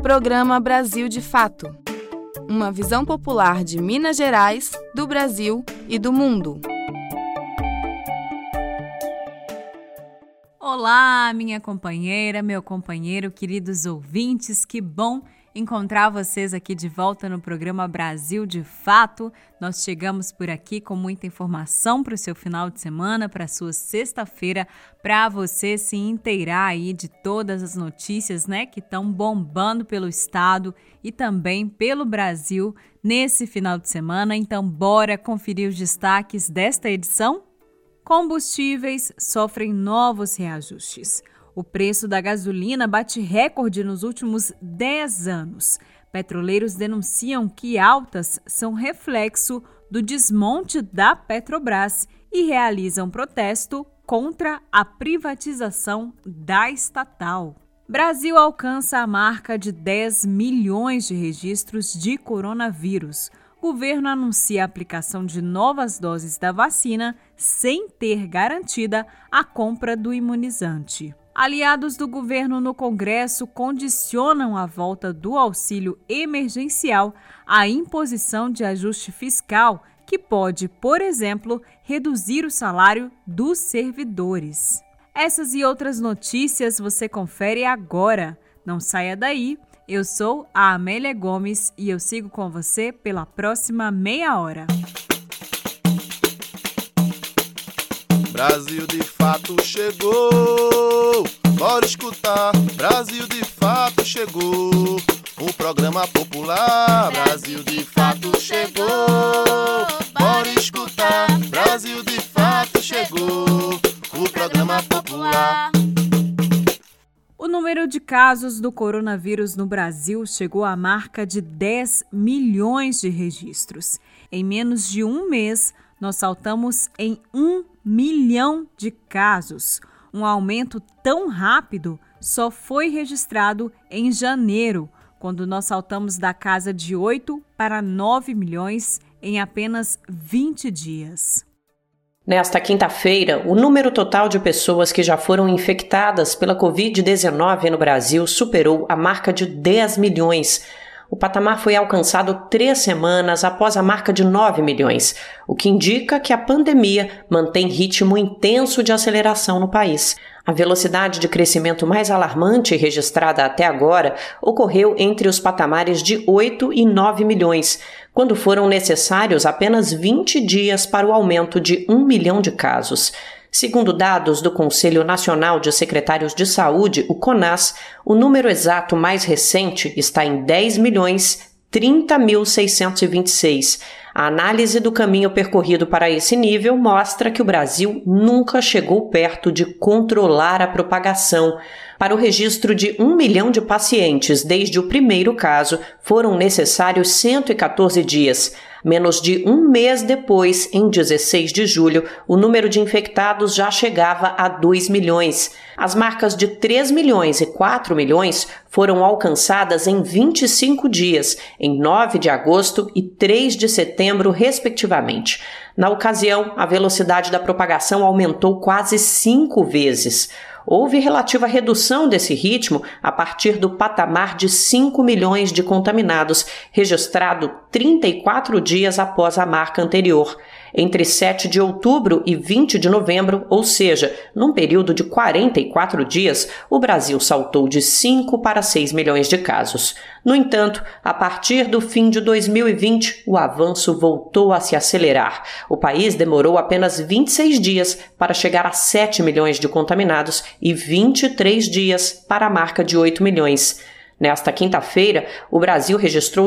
Programa Brasil de Fato. Uma visão popular de Minas Gerais, do Brasil e do mundo. Olá, minha companheira, meu companheiro, queridos ouvintes, que bom encontrar vocês aqui de volta no programa Brasil de Fato. Nós chegamos por aqui com muita informação para o seu final de semana, para a sua sexta-feira, para você se inteirar aí de todas as notícias, que estão bombando pelo estado e também pelo Brasil nesse final de semana. Então, bora conferir os destaques desta edição? Combustíveis sofrem novos reajustes. O preço da gasolina bate recorde nos últimos 10 anos. Petroleiros denunciam que altas são reflexo do desmonte da Petrobras e realizam protesto contra a privatização da estatal. Brasil alcança a marca de 10 milhões de registros de coronavírus. O governo anuncia a aplicação de novas doses da vacina sem ter garantida a compra do imunizante. Aliados do governo no Congresso condicionam a volta do auxílio emergencial à imposição de ajuste fiscal, que pode, por exemplo, reduzir o salário dos servidores. Essas e outras notícias você confere agora. Não saia daí. Eu sou a Amélia Gomes e eu sigo com você pela próxima meia hora. Brasil de Fato chegou, bora escutar. Brasil de Fato chegou, o programa popular. Brasil de Fato chegou, bora escutar. Brasil de Fato chegou, o programa popular. O número de casos do coronavírus no Brasil chegou à marca de 10 milhões de registros. Em menos de um mês, nós saltamos em 1 milhão de casos. Um aumento tão rápido só foi registrado em janeiro, quando nós saltamos da casa de 8 para 9 milhões em apenas 20 dias. Nesta quinta-feira, o número total de pessoas que já foram infectadas pela Covid-19 no Brasil superou a marca de 10 milhões. O patamar foi alcançado 3 semanas após a marca de 9 milhões, o que indica que a pandemia mantém ritmo intenso de aceleração no país. A velocidade de crescimento mais alarmante registrada até agora ocorreu entre os patamares de 8 e 9 milhões, quando foram necessários apenas 20 dias para o aumento de 1 milhão de casos. Segundo dados do Conselho Nacional de Secretários de Saúde, o CONAS, o número exato mais recente está em 10.030.626. A análise do caminho percorrido para esse nível mostra que o Brasil nunca chegou perto de controlar a propagação. Para o registro de 1 milhão de pacientes desde o primeiro caso, foram necessários 114 dias. Menos de um mês depois, em 16 de julho, o número de infectados já chegava a 2 milhões. As marcas de 3 milhões e 4 milhões foram alcançadas em 25 dias, em 9 de agosto e 3 de setembro, respectivamente. Na ocasião, a velocidade da propagação aumentou quase 5 vezes. Houve relativa redução desse ritmo a partir do patamar de 5 milhões de contaminados, registrado 34 dias após a marca anterior. Entre 7 de outubro e 20 de novembro, ou seja, num período de 44 dias, o Brasil saltou de 5 para 6 milhões de casos. No entanto, a partir do fim de 2020, o avanço voltou a se acelerar. O país demorou apenas 26 dias para chegar a 7 milhões de contaminados e 23 dias para a marca de 8 milhões. Nesta quinta-feira, o Brasil registrou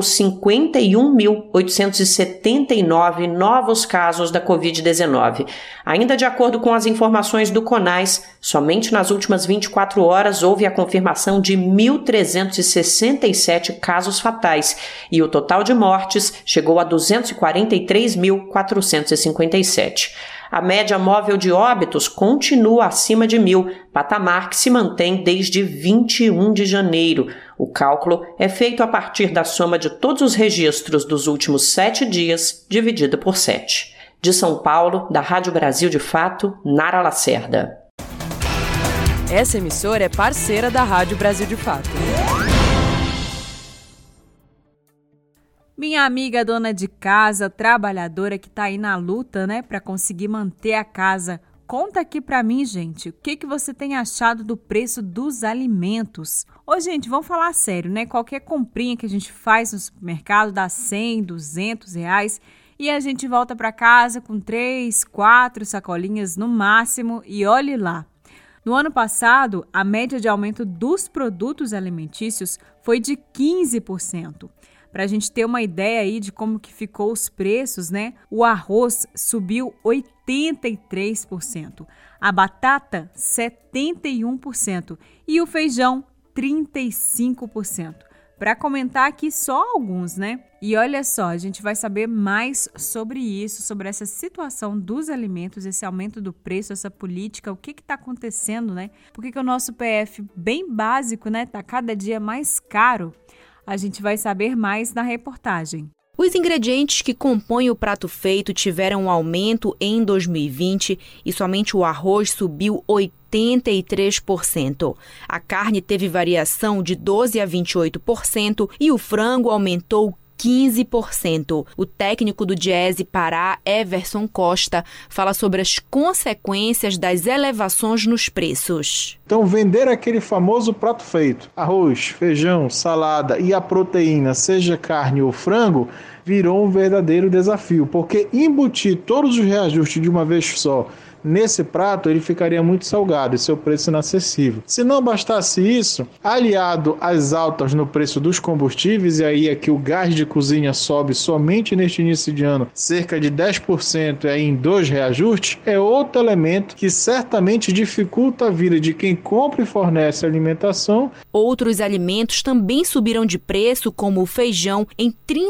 51.879 novos casos da Covid-19. Ainda de acordo com as informações do CONAS, somente nas últimas 24 horas houve a confirmação de 1.367 casos fatais e o total de mortes chegou a 243.457. A média móvel de óbitos continua acima de 1.000, patamar que se mantém desde 21 de janeiro. O cálculo é feito a partir da soma de todos os registros dos últimos 7 dias, dividida por 7. De São Paulo, da Rádio Brasil de Fato, Nara Lacerda. Essa emissora é parceira da Rádio Brasil de Fato. Minha amiga dona de casa, trabalhadora que tá aí na luta, né, para conseguir manter a casa, conta aqui pra mim, gente, o que você tem achado do preço dos alimentos? Ô, gente, vamos falar sério, né? Qualquer comprinha que a gente faz no supermercado dá 100, 200 reais e a gente volta para casa com 3, 4 sacolinhas no máximo e olhe lá. No ano passado, a média de aumento dos produtos alimentícios foi de 15%. Para a gente ter uma ideia aí de como que ficou os preços, né? O arroz subiu 83%, a batata 71% e o feijão 35%. Para comentar aqui só alguns, né? E olha só, a gente vai saber mais sobre isso, sobre essa situação dos alimentos, esse aumento do preço, essa política, o que está acontecendo, né? Por que o nosso PF bem básico, né, tá cada dia mais caro? A gente vai saber mais na reportagem. Os ingredientes que compõem o prato feito tiveram um aumento em 2020 e somente o arroz subiu 83%. A carne teve variação de 12% a 28% e o frango aumentou 15%. O técnico do Diese Pará, Everson Costa, fala sobre as consequências das elevações nos preços. Então, vender aquele famoso prato feito, arroz, feijão, salada e a proteína, seja carne ou frango, virou um verdadeiro desafio, porque embutir todos os reajustes de uma vez só nesse prato, ele ficaria muito salgado e seu preço inacessível. Se não bastasse isso, aliado às altas no preço dos combustíveis, e aí é que o gás de cozinha sobe somente neste início de ano cerca de 10% aí em 2 reajustes, é outro elemento que certamente dificulta a vida de quem compra e fornece alimentação. Outros alimentos também subiram de preço, como o feijão em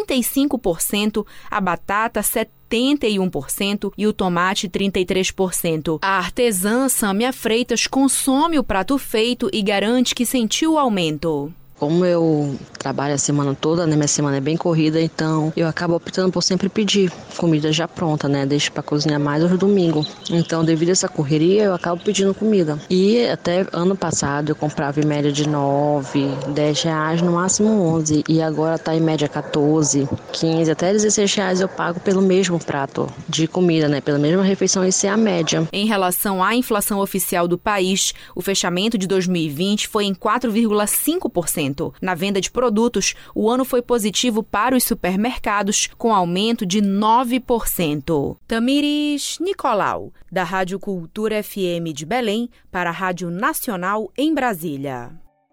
35%, a batata 71% e o tomate 33%. A artesã Sâmia Freitas consome o prato feito e garante que sentiu o aumento. Como eu trabalho a semana toda, né, minha semana é bem corrida, então eu acabo optando por sempre pedir comida já pronta, né, deixo para cozinhar mais hoje domingo. Então, devido a essa correria, eu acabo pedindo comida. E até ano passado eu comprava em média de 9, 10 reais, no máximo 11. E agora tá em média 14, 15, até 16 reais eu pago pelo mesmo prato de comida, né, pela mesma refeição, isso é a média. Em relação à inflação oficial do país, o fechamento de 2020 foi em 4,5%. Na venda de produtos, o ano foi positivo para os supermercados, com aumento de 9%. Tamires Nicolau, da Rádio Cultura FM de Belém, para a Rádio Nacional em Brasília.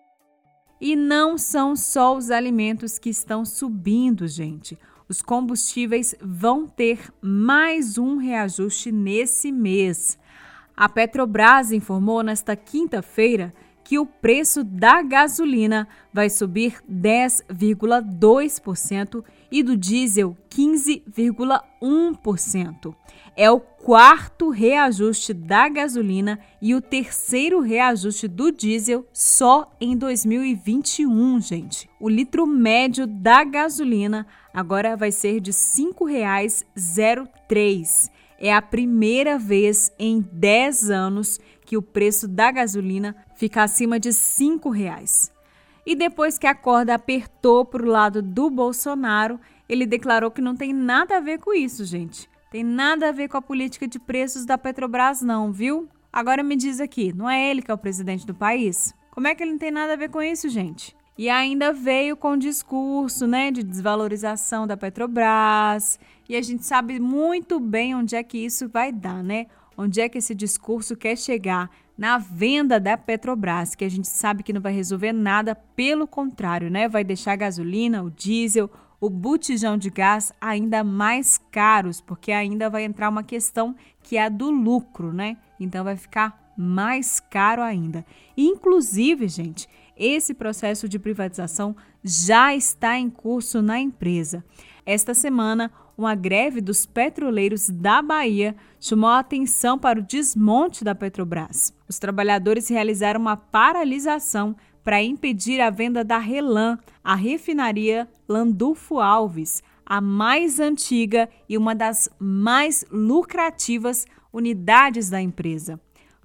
E não são só os alimentos que estão subindo, gente. Os combustíveis vão ter mais um reajuste nesse mês. A Petrobras informou nesta quinta-feira que o preço da gasolina vai subir 10,2% e do diesel 15,1%. É o quarto reajuste da gasolina e o terceiro reajuste do diesel só em 2021, gente. O litro médio da gasolina agora vai ser de R$ 5,03. É a primeira vez em 10 anos que o preço da gasolina fica acima de R$ 5,00. E depois que a corda apertou para o lado do Bolsonaro, ele declarou que não tem nada a ver com isso, gente. Tem nada a ver com a política de preços da Petrobras não, viu? Agora me diz aqui, não é ele que é o presidente do país? Como é que ele não tem nada a ver com isso, gente? E ainda veio com o discurso, né, de desvalorização da Petrobras. E a gente sabe muito bem onde é que isso vai dar, né? Onde é que esse discurso quer chegar? Na venda da Petrobras, que a gente sabe que não vai resolver nada, pelo contrário, né? Vai deixar a gasolina, o diesel, o botijão de gás ainda mais caros, porque ainda vai entrar uma questão que é a do lucro, né? Então vai ficar mais caro ainda. Inclusive, gente, esse processo de privatização já está em curso na empresa. Esta semana, uma greve dos petroleiros da Bahia chamou a atenção para o desmonte da Petrobras. Os trabalhadores realizaram uma paralisação para impedir a venda da RLAM, a refinaria Landulfo Alves, a mais antiga e uma das mais lucrativas unidades da empresa.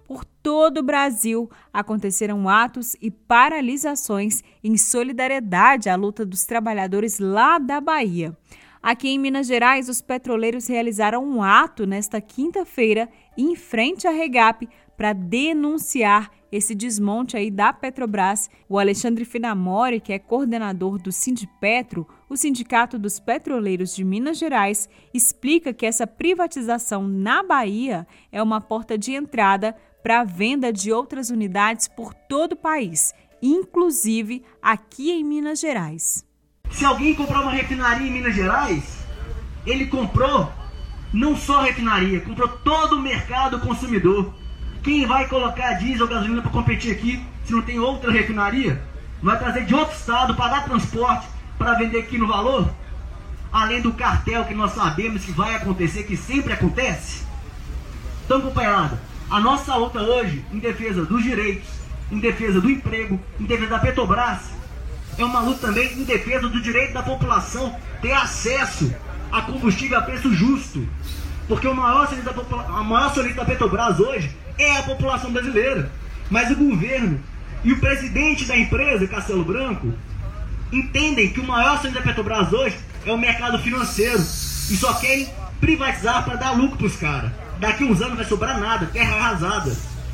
Por todo o Brasil, aconteceram atos e paralisações em solidariedade à luta dos trabalhadores lá da Bahia. Aqui em Minas Gerais, os petroleiros realizaram um ato nesta quinta-feira em frente à Regap para denunciar esse desmonte aí da Petrobras. O Alexandre Finamori, que é coordenador do Sindipetro, o Sindicato dos Petroleiros de Minas Gerais, explica que essa privatização na Bahia é uma porta de entrada para a venda de outras unidades por todo o país, inclusive aqui em Minas Gerais. Se alguém comprou uma refinaria em Minas Gerais, ele comprou não só a refinaria, comprou todo o mercado consumidor. Quem vai colocar diesel ou gasolina para competir aqui, se não tem outra refinaria? Vai trazer de outro estado para dar transporte, para vender aqui no valor? Além do cartel que nós sabemos que vai acontecer, que sempre acontece? Então, companheirada, a nossa luta hoje, em defesa dos direitos, em defesa do emprego, em defesa da Petrobras, é uma luta também em defesa do direito da população ter acesso a combustível a preço justo. Porque a maior acionista da Petrobras hoje é a população brasileira. Mas o governo e o presidente da empresa, Castelo Branco, entendem que o maior acionista da Petrobras hoje é o mercado financeiro. E só querem privatizar para dar lucro para os caras. Daqui uns anos não vai sobrar nada, terra arrasada.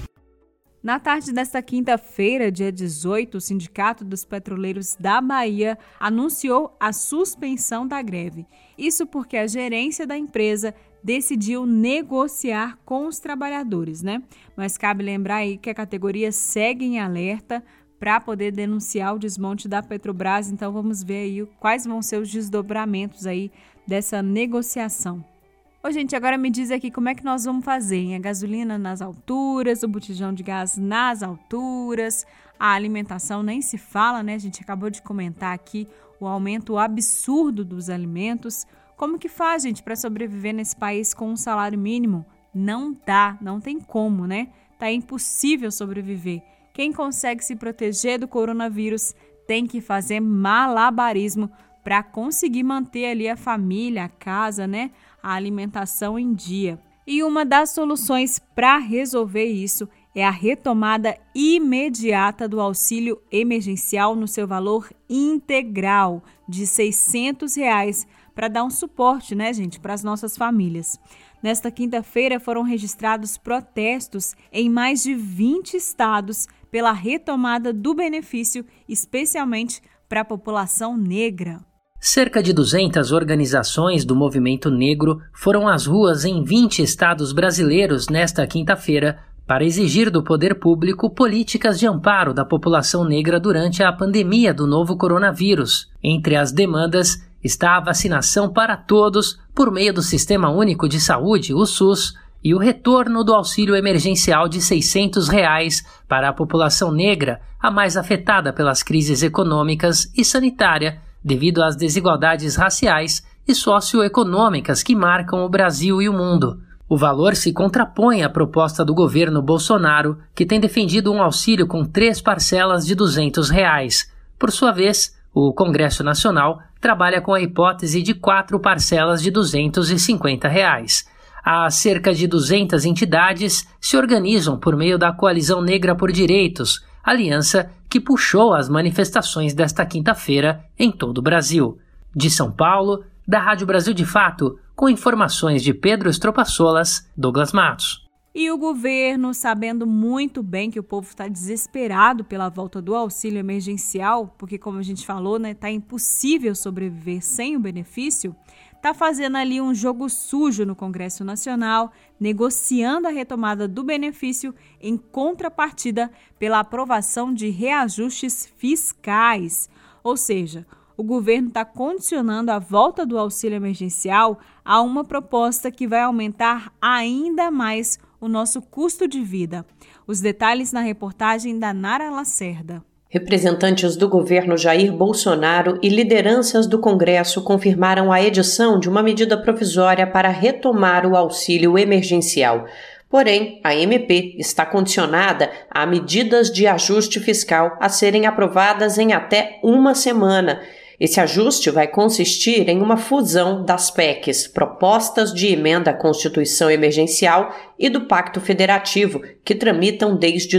Na tarde desta quinta-feira, dia 18, o Sindicato dos Petroleiros da Bahia anunciou a suspensão da greve. Isso porque a gerência da empresa decidiu negociar com os trabalhadores, né? Mas cabe lembrar aí que a categoria segue em alerta para poder denunciar o desmonte da Petrobras. Então vamos ver aí quais vão ser os desdobramentos aí dessa negociação. Ô, gente, agora me diz aqui como é que nós vamos fazer, hein? A gasolina nas alturas, o botijão de gás nas alturas, a alimentação nem se fala, né? A gente acabou de comentar aqui o aumento absurdo dos alimentos. Como que faz, gente, para sobreviver nesse país com um salário mínimo? Não dá, não tem como, né? Tá impossível sobreviver. Quem consegue se proteger do coronavírus tem que fazer malabarismo para conseguir manter ali a família, a casa, né? A alimentação em dia. E uma das soluções para resolver isso é a retomada imediata do auxílio emergencial no seu valor integral de R$ 600 para dar um suporte, né, gente, para as nossas famílias. Nesta quinta-feira foram registrados protestos em mais de 20 estados pela retomada do benefício, especialmente para a população negra. Cerca de 200 organizações do movimento negro foram às ruas em 20 estados brasileiros nesta quinta-feira para exigir do poder público políticas de amparo da população negra durante a pandemia do novo coronavírus. Entre as demandas está a vacinação para todos por meio do Sistema Único de Saúde, o SUS, e o retorno do auxílio emergencial de R$ 600 para a população negra, a mais afetada pelas crises econômicas e sanitária, devido às desigualdades raciais e socioeconômicas que marcam o Brasil e o mundo. O valor se contrapõe à proposta do governo Bolsonaro, que tem defendido um auxílio com 3 parcelas de R$ 200. Por sua vez, o Congresso Nacional trabalha com a hipótese de 4 parcelas de R$ 250. As cerca de 200 entidades se organizam por meio da Coalizão Negra por Direitos, aliança que puxou as manifestações desta quinta-feira em todo o Brasil. De São Paulo, da Rádio Brasil de Fato, com informações de Pedro Estropaçolas, Douglas Matos. E o governo, sabendo muito bem que o povo está desesperado pela volta do auxílio emergencial, porque, como a gente falou, né, está impossível sobreviver sem o benefício, está fazendo ali um jogo sujo no Congresso Nacional, negociando a retomada do benefício em contrapartida pela aprovação de reajustes fiscais. Ou seja, o governo está condicionando a volta do auxílio emergencial a uma proposta que vai aumentar ainda mais o nosso custo de vida. Os detalhes na reportagem da Nara Lacerda. Representantes do governo Jair Bolsonaro e lideranças do Congresso confirmaram a edição de uma medida provisória para retomar o auxílio emergencial. Porém, a MP está condicionada a medidas de ajuste fiscal a serem aprovadas em até uma semana. Esse ajuste vai consistir em uma fusão das PECs, propostas de emenda à Constituição Emergencial, e do Pacto Federativo, que tramitam desde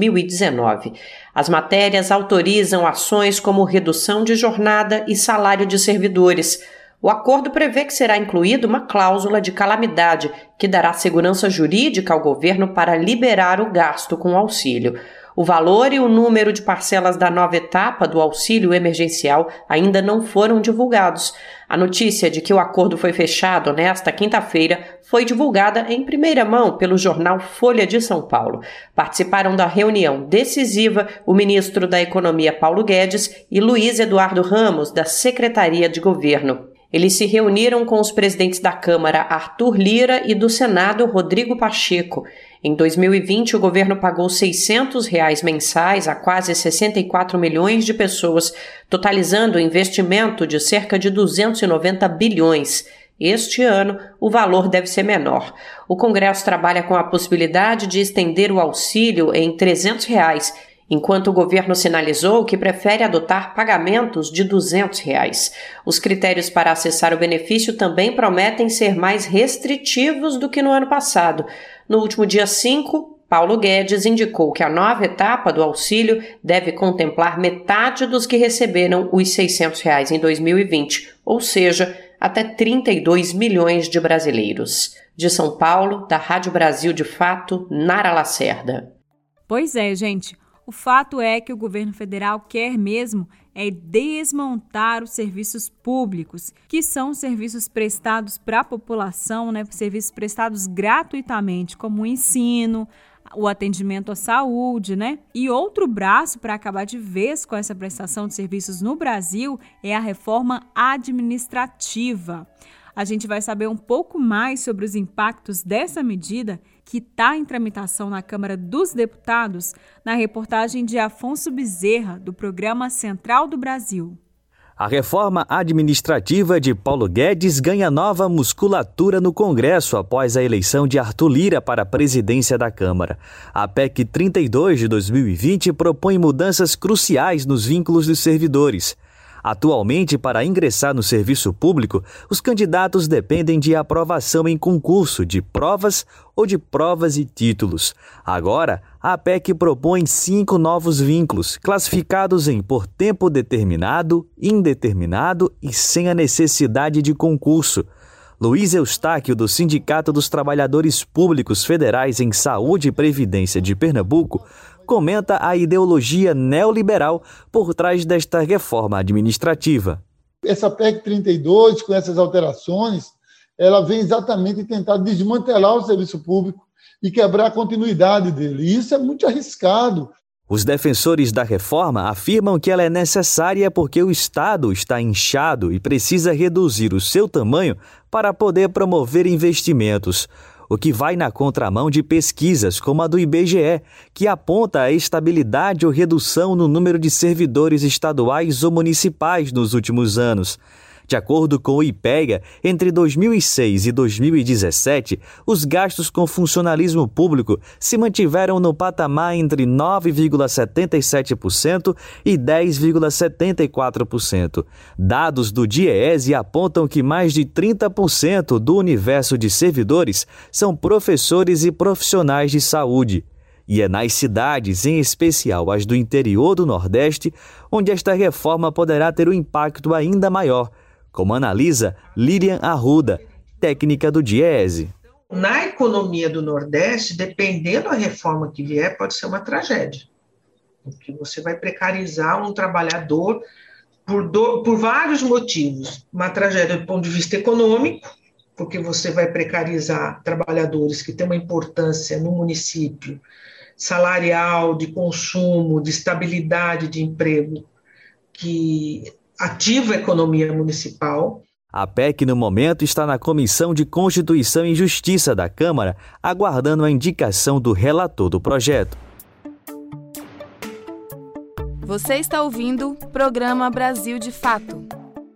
2019. As matérias autorizam ações como redução de jornada e salário de servidores. O acordo prevê que será incluída uma cláusula de calamidade, que dará segurança jurídica ao governo para liberar o gasto com o auxílio. O valor e o número de parcelas da nova etapa do auxílio emergencial ainda não foram divulgados. A notícia de que o acordo foi fechado nesta quinta-feira foi divulgada em primeira mão pelo jornal Folha de São Paulo. Participaram da reunião decisiva o ministro da Economia Paulo Guedes e Luiz Eduardo Ramos, da Secretaria de Governo. Eles se reuniram com os presidentes da Câmara, Arthur Lira, e do Senado, Rodrigo Pacheco. Em 2020, o governo pagou R$ 600 mensais a quase 64 milhões de pessoas, totalizando um investimento de cerca de 290 bilhões. Este ano, o valor deve ser menor. O Congresso trabalha com a possibilidade de estender o auxílio em R$ 300, enquanto o governo sinalizou que prefere adotar pagamentos de R$ 200. Os critérios para acessar o benefício também prometem ser mais restritivos do que no ano passado. No último dia 5, Paulo Guedes indicou que a nova etapa do auxílio deve contemplar metade dos que receberam os R$ 600 em 2020, ou seja, até 32 milhões de brasileiros. De São Paulo, da Rádio Brasil de Fato, Nara Lacerda. Pois é, gente. O fato é que o governo federal quer mesmo desmontar os serviços públicos, que são serviços prestados para a população, serviços prestados gratuitamente, como o ensino, o atendimento à saúde, E outro braço para acabar de vez com essa prestação de serviços no Brasil é a reforma administrativa. A gente vai saber um pouco mais sobre os impactos dessa medida que está em tramitação na Câmara dos Deputados na reportagem de Afonso Bezerra, do programa Central do Brasil. A reforma administrativa de Paulo Guedes ganha nova musculatura no Congresso após a eleição de Arthur Lira para a presidência da Câmara. A PEC 32 de 2020 propõe mudanças cruciais nos vínculos dos servidores. Atualmente, para ingressar no serviço público, os candidatos dependem de aprovação em concurso de provas ou de provas e títulos. Agora, a PEC propõe 5 novos vínculos, classificados em por tempo determinado, indeterminado e sem a necessidade de concurso. Luiz Eustáquio, do Sindicato dos Trabalhadores Públicos Federais em Saúde e Previdência de Pernambuco, comenta a ideologia neoliberal por trás desta reforma administrativa. Essa PEC 32, com essas alterações, ela vem exatamente tentar desmantelar o serviço público e quebrar a continuidade dele. E isso é muito arriscado. Os defensores da reforma afirmam que ela é necessária porque o Estado está inchado e precisa reduzir o seu tamanho para poder promover investimentos, o que vai na contramão de pesquisas como a do IBGE, que aponta a estabilidade ou redução no número de servidores estaduais ou municipais nos últimos anos. De acordo com o IPEA, entre 2006 e 2017, os gastos com funcionalismo público se mantiveram no patamar entre 9,77% e 10,74%. Dados do DIEESE apontam que mais de 30% do universo de servidores são professores e profissionais de saúde. E é nas cidades, em especial as do interior do Nordeste, onde esta reforma poderá ter um impacto ainda maior, como analisa Lilian Arruda, técnica do DIEESE. Na economia do Nordeste, dependendo da reforma que vier, pode ser uma tragédia. Porque você vai precarizar um trabalhador por vários motivos. Uma tragédia do ponto de vista econômico, porque você vai precarizar trabalhadores que têm uma importância no município, salarial, de consumo, de estabilidade de emprego, que ativa a economia municipal. A PEC, no momento, está na Comissão de Constituição e Justiça da Câmara, aguardando a indicação do relator do projeto. Você está ouvindo o programa Brasil de Fato.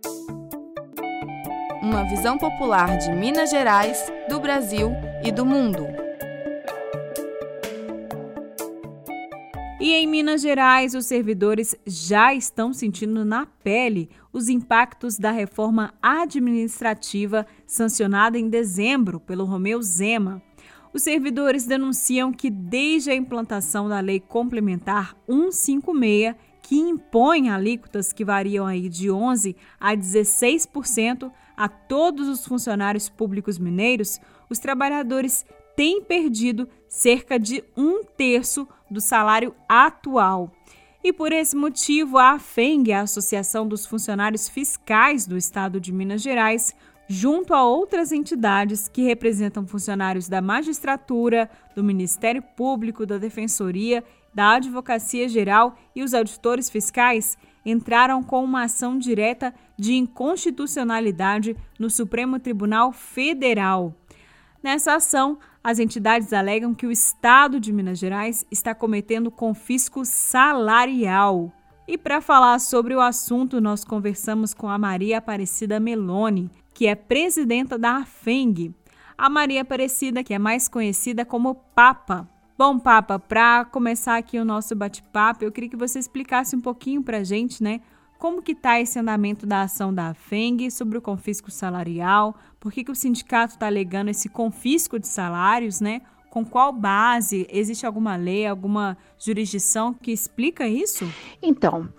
Uma visão popular de Minas Gerais, do Brasil e do mundo. E em Minas Gerais, os servidores já estão sentindo na pele os impactos da reforma administrativa sancionada em dezembro pelo Romeu Zema. Os servidores denunciam que desde a implantação da Lei Complementar 156, que impõe alíquotas que variam aí de 11% a 16% a todos os funcionários públicos mineiros, os trabalhadores têm perdido cerca de 1/3 do salário atual. E por esse motivo, a AFENG, a Associação dos Funcionários Fiscais do Estado de Minas Gerais, junto a outras entidades que representam funcionários da magistratura, do Ministério Público, da Defensoria, da Advocacia Geral e os auditores fiscais, entraram com uma ação direta de inconstitucionalidade no Supremo Tribunal Federal. Nessa ação, as entidades alegam que o Estado de Minas Gerais está cometendo confisco salarial. E para falar sobre o assunto, nós conversamos com a Maria Aparecida Meloni, que é presidenta da AFENG. A Maria Aparecida, que é mais conhecida como Papa. Bom, Papa, para começar aqui o nosso bate-papo, eu queria que você explicasse um pouquinho para a gente, né? Como que está esse andamento da ação da AFENG sobre o confisco salarial? Por que o sindicato está alegando esse confisco de salários, né? Com qual base? Existe alguma lei, alguma jurisdição que explica isso? Então,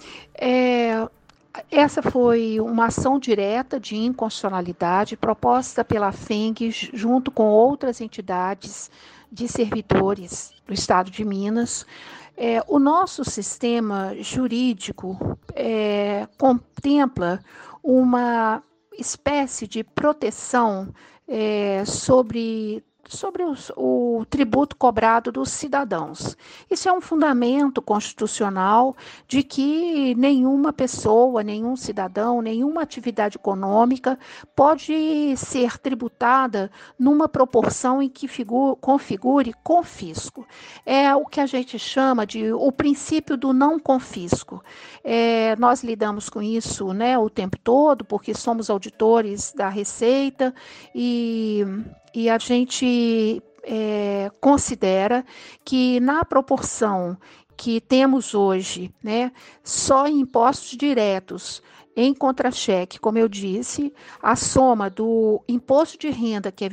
essa foi uma ação direta de inconstitucionalidade proposta pela AFENG junto com outras entidades de servidores do Estado de Minas. O nosso sistema jurídico contempla uma espécie de proteção sobre o tributo cobrado dos cidadãos. Isso é um fundamento constitucional de que nenhuma pessoa, nenhum cidadão, nenhuma atividade econômica pode ser tributada numa proporção em que configure confisco. É o que a gente chama de o princípio do não confisco. Nós lidamos com isso, né, o tempo todo, porque somos auditores da Receita e a gente considera que na proporção que temos hoje, né, só em impostos diretos, em contra-cheque, como eu disse, a soma do imposto de renda, que é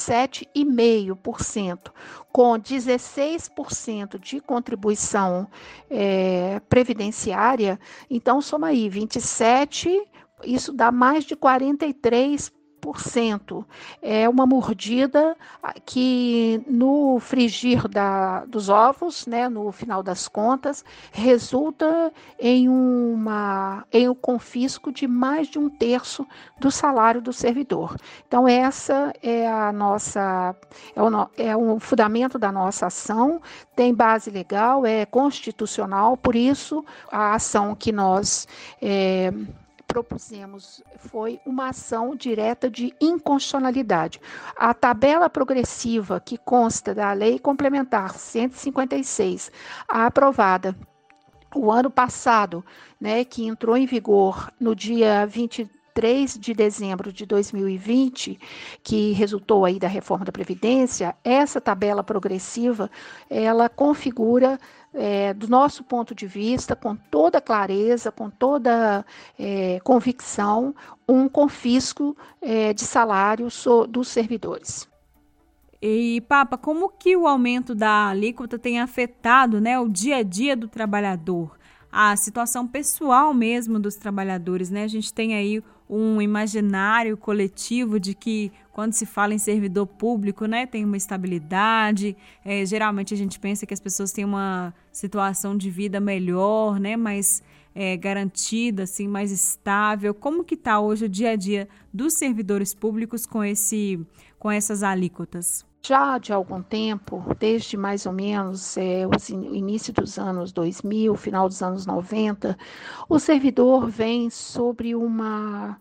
27,5%, com 16% de contribuição previdenciária, então soma aí 27%, isso dá mais de 43%. É uma mordida que no frigir dos ovos, né, no final das contas, resulta em um confisco de mais de 1/3 do salário do servidor. Então essa é o fundamento da nossa ação, tem base legal, é constitucional, por isso a ação que nós propusemos foi uma ação direta de inconstitucionalidade. A tabela progressiva que consta da Lei Complementar 156, aprovada o ano passado, né, que entrou em vigor no dia 23 de dezembro de 2020, que resultou aí da reforma da Previdência, essa tabela progressiva, ela configura, do nosso ponto de vista, com toda clareza, com toda convicção, um confisco de salário dos servidores. E, Papa, como que o aumento da alíquota tem afetado, né, o dia a dia do trabalhador? A situação pessoal mesmo dos trabalhadores, né? A gente tem aí um imaginário coletivo de que quando se fala em servidor público, né, tem uma estabilidade, geralmente a gente pensa que as pessoas têm uma situação de vida melhor, né, mais garantida, assim, mais estável. Como que está hoje o dia a dia dos servidores públicos com essas alíquotas? Já de algum tempo, desde mais ou menos o início dos anos 2000, final dos anos 90, o servidor vem sobre uma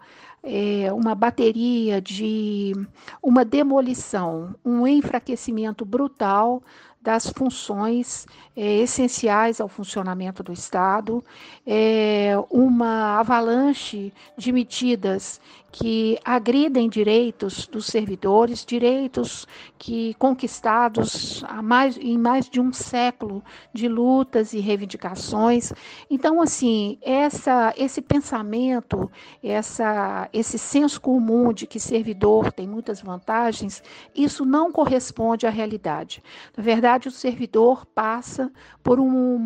bateria de uma demolição, um enfraquecimento brutal das funções essenciais ao funcionamento do Estado, uma avalanche de medidas que agridem direitos dos servidores, direitos que conquistados em mais de um século de lutas e reivindicações. Então, assim, esse pensamento, esse senso comum de que servidor tem muitas vantagens, isso não corresponde à realidade. Na verdade, o servidor passa por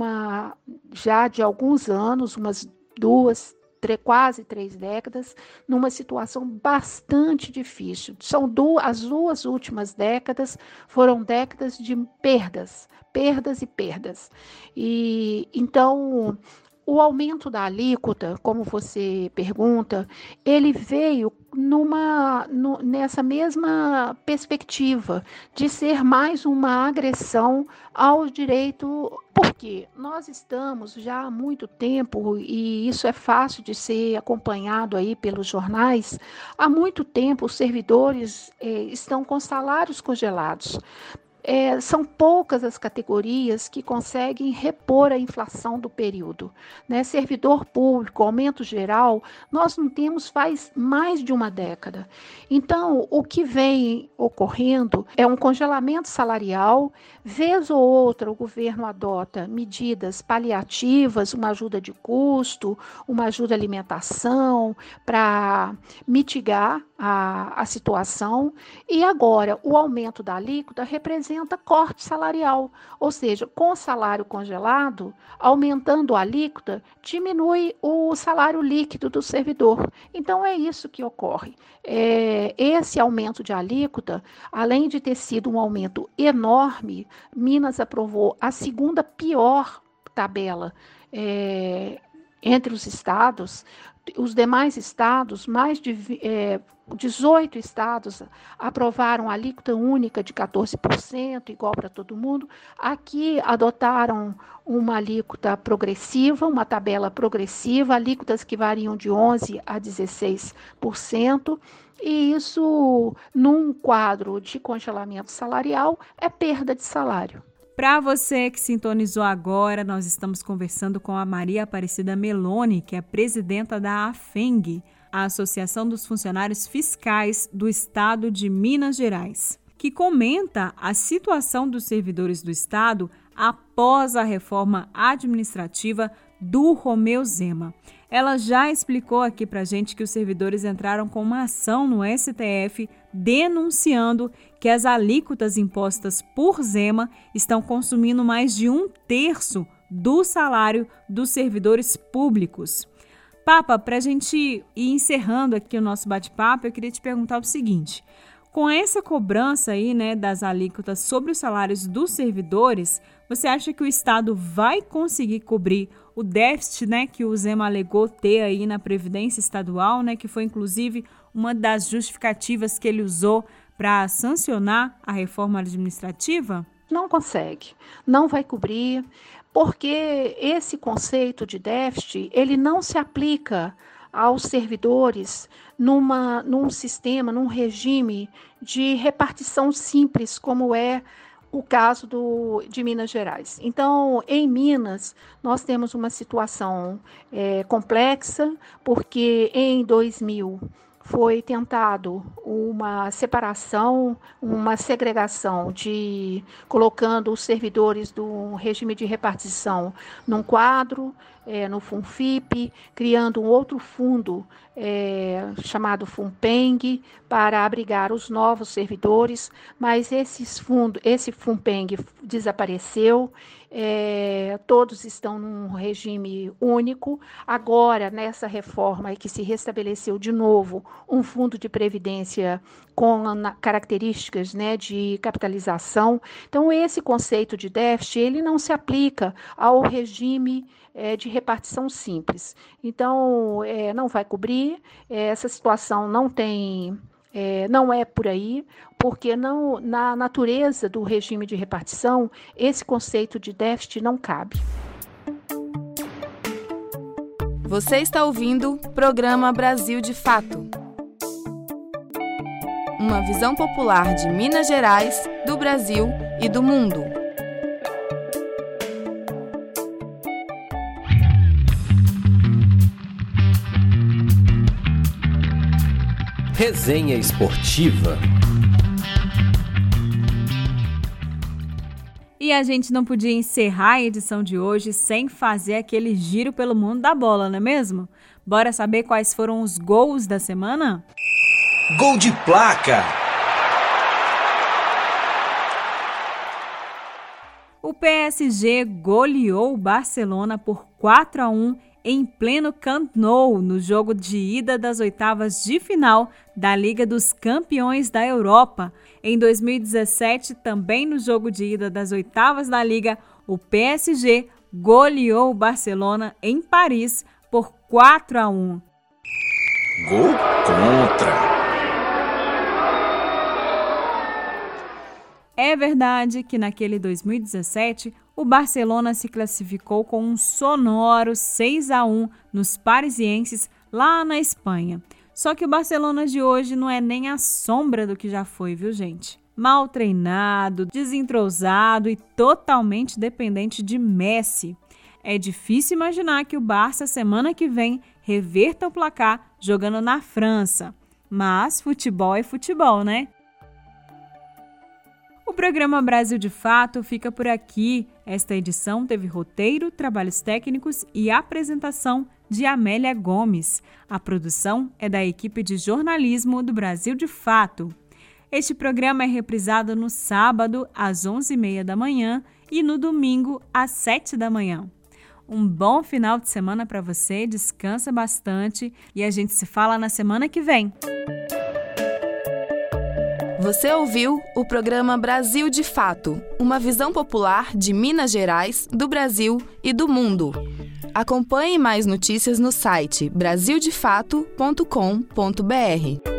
já de alguns anos, umas quase 3 décadas, numa situação bastante difícil. As 2 últimas décadas foram décadas de perdas e perdas. E então, o aumento da alíquota, como você pergunta, ele veio nessa mesma perspectiva de ser mais uma agressão ao direito, porque nós estamos já há muito tempo, e isso é fácil de ser acompanhado aí pelos jornais, há muito tempo os servidores estão com salários congelados. São poucas as categorias que conseguem repor a inflação do período, né? Servidor público, aumento geral, nós não temos faz mais de uma década. Então, o que vem ocorrendo é um congelamento salarial. Vez ou outra, o governo adota medidas paliativas, uma ajuda de custo, uma ajuda à alimentação, para mitigar a situação. E agora, o aumento da alíquota representa corte salarial, ou seja, com o salário congelado, aumentando a alíquota, diminui o salário líquido do servidor. Então, é isso que ocorre. Esse aumento de alíquota, além de ter sido um aumento enorme, Minas aprovou a segunda pior tabela entre os estados. Os demais estados, mais de 18 estados, aprovaram a alíquota única de 14%, igual para todo mundo. Aqui adotaram uma alíquota progressiva, uma tabela progressiva, alíquotas que variam de 11% a 16%. E isso, num quadro de congelamento salarial, é perda de salário. Para você que sintonizou agora, nós estamos conversando com a Maria Aparecida Meloni, que é presidenta da AFENG, a Associação dos Funcionários Fiscais do Estado de Minas Gerais, que comenta a situação dos servidores do Estado após a reforma administrativa do Romeu Zema. Ela já explicou aqui para a gente que os servidores entraram com uma ação no STF denunciando que as alíquotas impostas por Zema estão consumindo mais de 1/3 do salário dos servidores públicos. Papa, para a gente ir encerrando aqui o nosso bate-papo, eu queria te perguntar o seguinte: com essa cobrança aí, né, das alíquotas sobre os salários dos servidores, você acha que o Estado vai conseguir cobrir o déficit, né, que o Zema alegou ter aí na Previdência Estadual, né, que foi inclusive uma das justificativas que ele usou para sancionar a reforma administrativa? Não consegue, não vai cobrir, porque esse conceito de déficit, ele não se aplica aos servidores num sistema, num regime de repartição simples, como é o caso de Minas Gerais. Então, em Minas, nós temos uma situação complexa, porque em 2000 foi tentado uma separação, uma segregação, colocando os servidores do regime de repartição num quadro, no FUNFIP, criando um outro fundo chamado FUNPENG para abrigar os novos servidores, mas esse FUNPENG desapareceu. Todos estão num regime único. Agora, nessa reforma que se restabeleceu de novo um fundo de previdência com características, né, de capitalização. Então, esse conceito de déficit, ele não se aplica ao regime de repartição simples. Então, não vai cobrir, essa situação não é por aí, porque na natureza do regime de repartição, esse conceito de déficit não cabe. Você está ouvindo o programa Brasil de Fato. Uma visão popular de Minas Gerais, do Brasil e do mundo. Resenha Esportiva. E a gente não podia encerrar a edição de hoje sem fazer aquele giro pelo mundo da bola, não é mesmo? Bora saber quais foram os gols da semana? Gol de placa! O PSG goleou o Barcelona por 4-1 em pleno Camp Nou, no jogo de ida das oitavas de final da Liga dos Campeões da Europa. Em 2017, também no jogo de ida das oitavas da Liga, o PSG goleou o Barcelona em Paris por 4-1. Gol contra! É verdade que naquele 2017, o Barcelona se classificou com um sonoro 6-1 nos parisienses lá na Espanha. Só que o Barcelona de hoje não é nem a sombra do que já foi, viu, gente? Mal treinado, desentrosado e totalmente dependente de Messi. É difícil imaginar que o Barça, semana que vem, reverta o placar jogando na França. Mas futebol é futebol, né? O programa Brasil de Fato fica por aqui. Esta edição teve roteiro, trabalhos técnicos e apresentação de Amélia Gomes. A produção é da equipe de jornalismo do Brasil de Fato. Este programa é reprisado no sábado, às 11h30 da manhã e no domingo, às 7 da manhã. Um bom final de semana para você, descansa bastante e a gente se fala na semana que vem. Você ouviu o programa Brasil de Fato, uma visão popular de Minas Gerais, do Brasil e do mundo. Acompanhe mais notícias no site brasildefato.com.br.